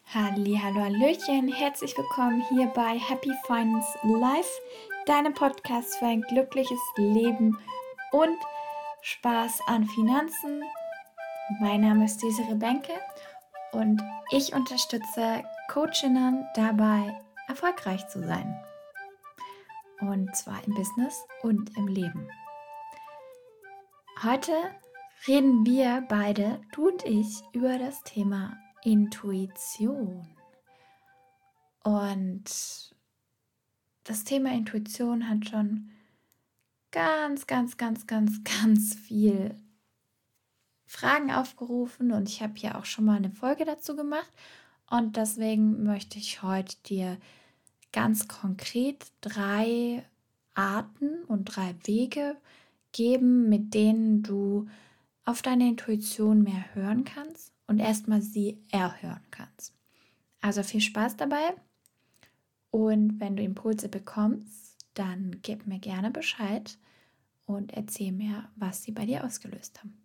Hallo, Hallöchen, herzlich willkommen hier bei Happy Finance Life, deinem Podcast für ein glückliches Leben und Spaß an Finanzen. Mein Name ist Desiree Benke und ich unterstütze Coachinnen dabei, erfolgreich zu sein. Und zwar im Business und im Leben. Heute reden wir beide, du und ich, über das Thema Intuition. Und das Thema Intuition hat schon ganz viel Fragen aufgerufen und ich habe hier auch schon mal eine Folge dazu gemacht und deswegen möchte ich heute dir ganz konkret 3 Arten und 3 Wege geben, mit denen du auf deine Intuition mehr hören kannst und erstmal sie erhören kannst. Also viel Spaß dabei. Und wenn du Impulse bekommst, dann gib mir gerne Bescheid und erzähl mir, was sie bei dir ausgelöst haben.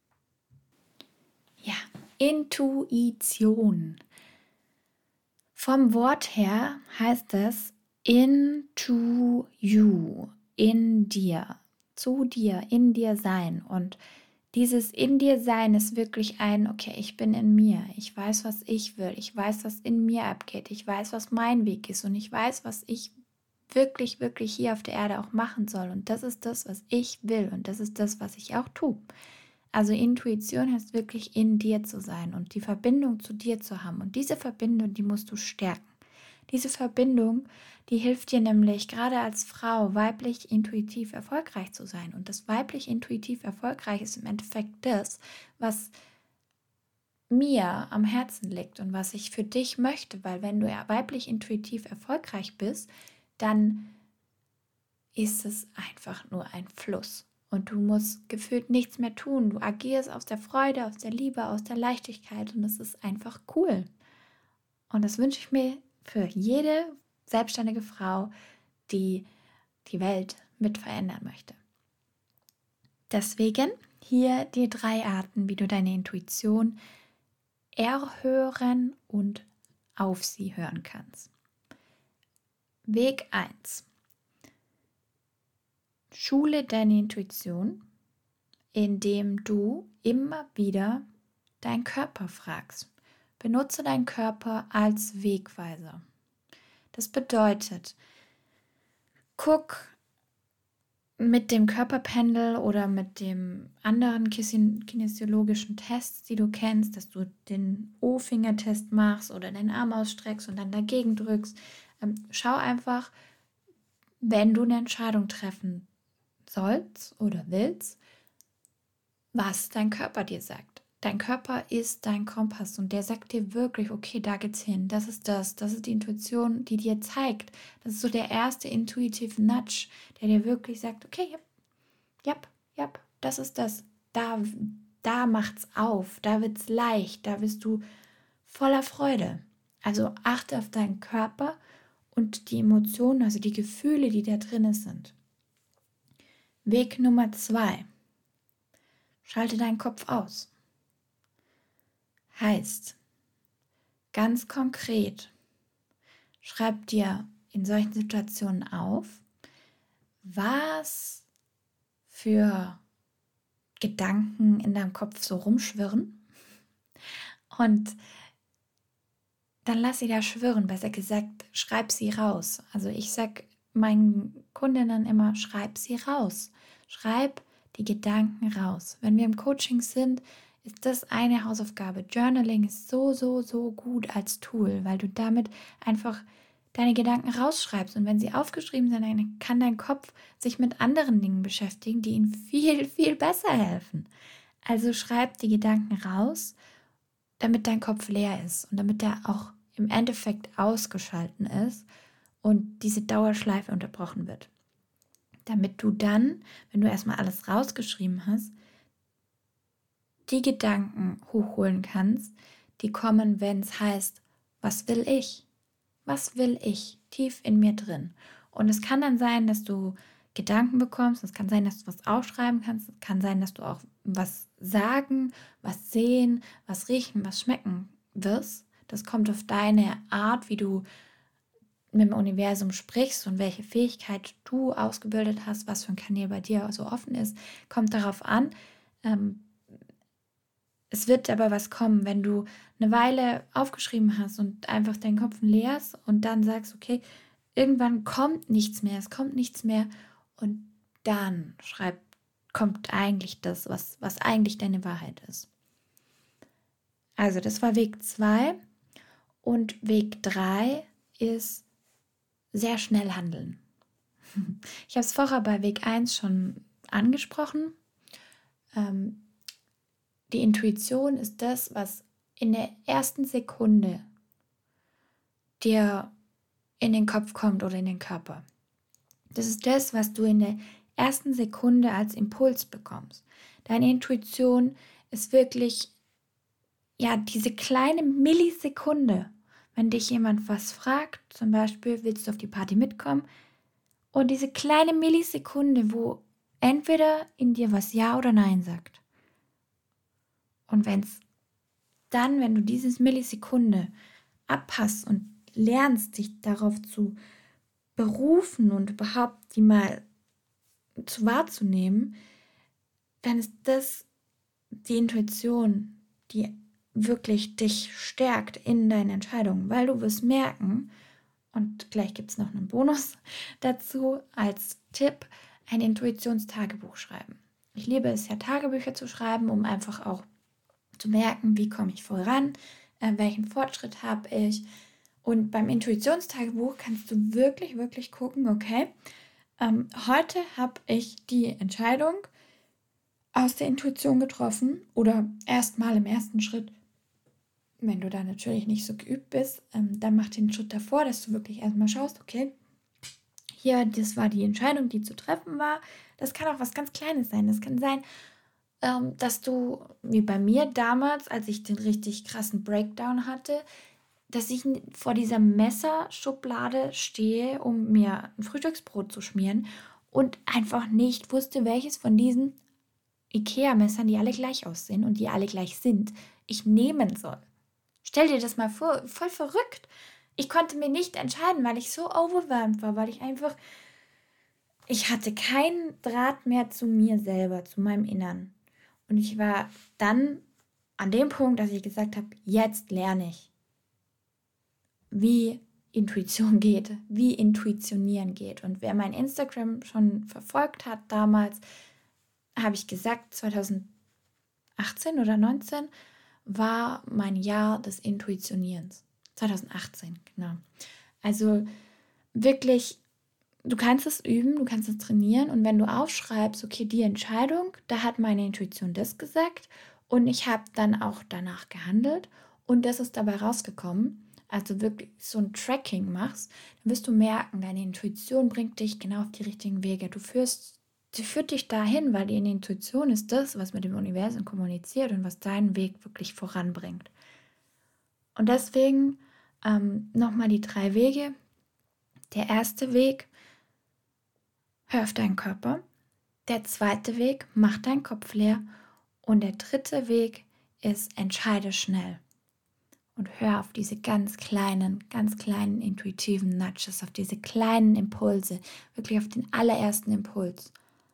Ja, Intuition. Vom Wort her heißt es into you, in dir, zu dir, in dir sein. Und dieses in dir sein ist wirklich okay, ich bin in mir, ich weiß, was ich will, ich weiß, was in mir abgeht, ich weiß, was mein Weg ist und ich weiß, was ich wirklich hier auf der Erde auch machen soll. Und das ist das, was ich will und das ist das, was ich auch tue. Also Intuition heißt wirklich in dir zu sein und die Verbindung zu dir zu haben. Und diese Verbindung, die musst du stärken. Diese Verbindung, die hilft dir nämlich gerade als Frau weiblich intuitiv erfolgreich zu sein. Und das weiblich intuitiv erfolgreich ist im Endeffekt das, was mir am Herzen liegt und was ich für dich möchte. Weil wenn du ja weiblich intuitiv erfolgreich bist, dann ist es einfach nur ein Fluss. Und du musst gefühlt nichts mehr tun. Du agierst aus der Freude, aus der Liebe, aus der Leichtigkeit und es ist einfach cool. Und das wünsche ich mir für jede selbstständige Frau, die die Welt mit verändern möchte. Deswegen hier die 3 Arten, wie du deine Intuition erhören und auf sie hören kannst. Weg 1. Schule deine Intuition, indem du immer wieder deinen Körper fragst. Benutze deinen Körper als Wegweiser. Das bedeutet, guck mit dem Körperpendel oder mit dem anderen kinesiologischen Test, die du kennst, dass du den O-Finger-Test machst oder den Arm ausstreckst und dann dagegen drückst. Schau einfach, wenn du eine Entscheidung treffen sollst oder willst, was dein Körper dir sagt. Dein Körper ist dein Kompass und der sagt dir wirklich, okay, da geht's hin, das ist die Intuition, die dir zeigt. Das ist so der erste intuitive Nudge, der dir wirklich sagt, okay, ja, das ist das. Da macht's auf, da wird's leicht, da bist du voller Freude. Also achte auf deinen Körper und die Emotionen, also die Gefühle, die da drin sind. Weg Nummer 2. Schalte deinen Kopf aus. Heißt, ganz konkret, schreib dir in solchen Situationen auf, was für Gedanken in deinem Kopf so rumschwirren und dann lass sie da schwirren, besser gesagt, schreib sie raus. Also ich sage meinen Kundinnen immer, schreib sie raus. Schreib die Gedanken raus. Wenn wir im Coaching sind, ist das eine Hausaufgabe. Journaling ist so gut als Tool, weil du damit einfach deine Gedanken rausschreibst. Und wenn sie aufgeschrieben sind, dann kann dein Kopf sich mit anderen Dingen beschäftigen, die ihm viel besser helfen. Also schreib die Gedanken raus, damit dein Kopf leer ist und damit er auch im Endeffekt ausgeschalten ist und diese Dauerschleife unterbrochen wird. Damit du dann, wenn du erstmal alles rausgeschrieben hast, die Gedanken hochholen kannst, die kommen, wenn es heißt, was will ich? Was will ich? Tief in mir drin. Und es kann dann sein, dass du Gedanken bekommst, es kann sein, dass du was aufschreiben kannst, es kann sein, dass du auch was sagen, was sehen, was riechen, was schmecken wirst. Das kommt auf deine Art, wie du mit dem Universum sprichst und welche Fähigkeit du ausgebildet hast, was für ein Kanal bei dir so offen ist, kommt darauf an. Es wird aber was kommen, wenn du eine Weile aufgeschrieben hast und einfach deinen Kopf leerst und dann sagst, okay, irgendwann kommt nichts mehr, es kommt nichts mehr und dann kommt eigentlich das, was eigentlich deine Wahrheit ist. Also das war Weg 2 und Weg 3 ist sehr schnell handeln. Ich habe es vorher bei Weg 1 schon angesprochen. Die Intuition ist das, was in der ersten Sekunde dir in den Kopf kommt oder in den Körper. Das ist das, was du in der ersten Sekunde als Impuls bekommst. Deine Intuition ist wirklich, ja, diese kleine Millisekunde, wenn dich jemand was fragt, zum Beispiel, willst du auf die Party mitkommen? Und diese kleine Millisekunde, wo entweder in dir was Ja oder Nein sagt. Und wenn du dieses Millisekunde abpasst und lernst, dich darauf zu berufen und überhaupt die mal wahrzunehmen, dann ist das die Intuition, die wirklich dich stärkt in deinen Entscheidungen, weil du wirst merken, und gleich gibt es noch einen Bonus dazu als Tipp, ein Intuitionstagebuch schreiben. Ich liebe es ja, Tagebücher zu schreiben, um einfach auch zu merken, wie komme ich voran, welchen Fortschritt habe ich. Und beim Intuitionstagebuch kannst du wirklich, wirklich gucken, okay, heute habe ich die Entscheidung aus der Intuition getroffen oder erstmal im ersten Schritt, wenn du da natürlich nicht so geübt bist, dann mach den Schritt davor, dass du wirklich erstmal schaust, okay, hier, das war die Entscheidung, die zu treffen war. Das kann auch was ganz Kleines sein. Das kann sein, dass du, wie bei mir damals, als ich den richtig krassen Breakdown hatte, dass ich vor dieser Messerschublade stehe, um mir ein Frühstücksbrot zu schmieren und einfach nicht wusste, welches von diesen Ikea-Messern, die alle gleich aussehen und die alle gleich sind, ich nehmen soll. Stell dir das mal vor, voll verrückt. Ich konnte mir nicht entscheiden, weil ich so overwhelmed war, weil ich hatte keinen Draht mehr zu mir selber, zu meinem Innern. Und ich war dann an dem Punkt, dass ich gesagt habe, jetzt lerne ich, wie Intuition geht, wie Intuitionieren geht. Und wer mein Instagram schon verfolgt hat damals, habe ich gesagt, 2018 oder 19 war mein Jahr des Intuitionierens. 2018, genau. Also wirklich, du kannst es üben, du kannst es trainieren und wenn du aufschreibst, okay, die Entscheidung, da hat meine Intuition das gesagt und ich habe dann auch danach gehandelt und das ist dabei rausgekommen, also wirklich so ein Tracking machst, dann wirst du merken, deine Intuition bringt dich genau auf die richtigen Wege. Sie führt dich dahin, weil die Intuition ist das, was mit dem Universum kommuniziert und was deinen Weg wirklich voranbringt. Und deswegen nochmal die 3 Wege. Der erste Weg, hör auf deinen Körper. Der zweite Weg, mach deinen Kopf leer. Und der dritte Weg ist, entscheide schnell. Und hör auf diese ganz kleinen intuitiven Nudges, auf diese kleinen Impulse, wirklich auf den allerersten Impuls.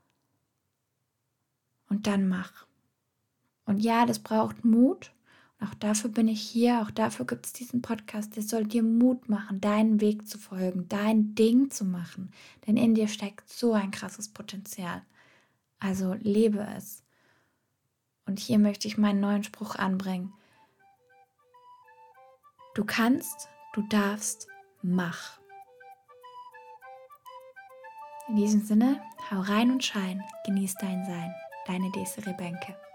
Und dann mach. Und ja, das braucht Mut. Und auch dafür bin ich hier, auch dafür gibt es diesen Podcast. Der soll dir Mut machen, deinen Weg zu folgen, dein Ding zu machen. Denn in dir steckt so ein krasses Potenzial. Also lebe es. Und hier möchte ich meinen neuen Spruch anbringen. Du kannst, du darfst, mach. In diesem Sinne, hau rein und schein, genieß dein Sein. Deine Desiree Benke.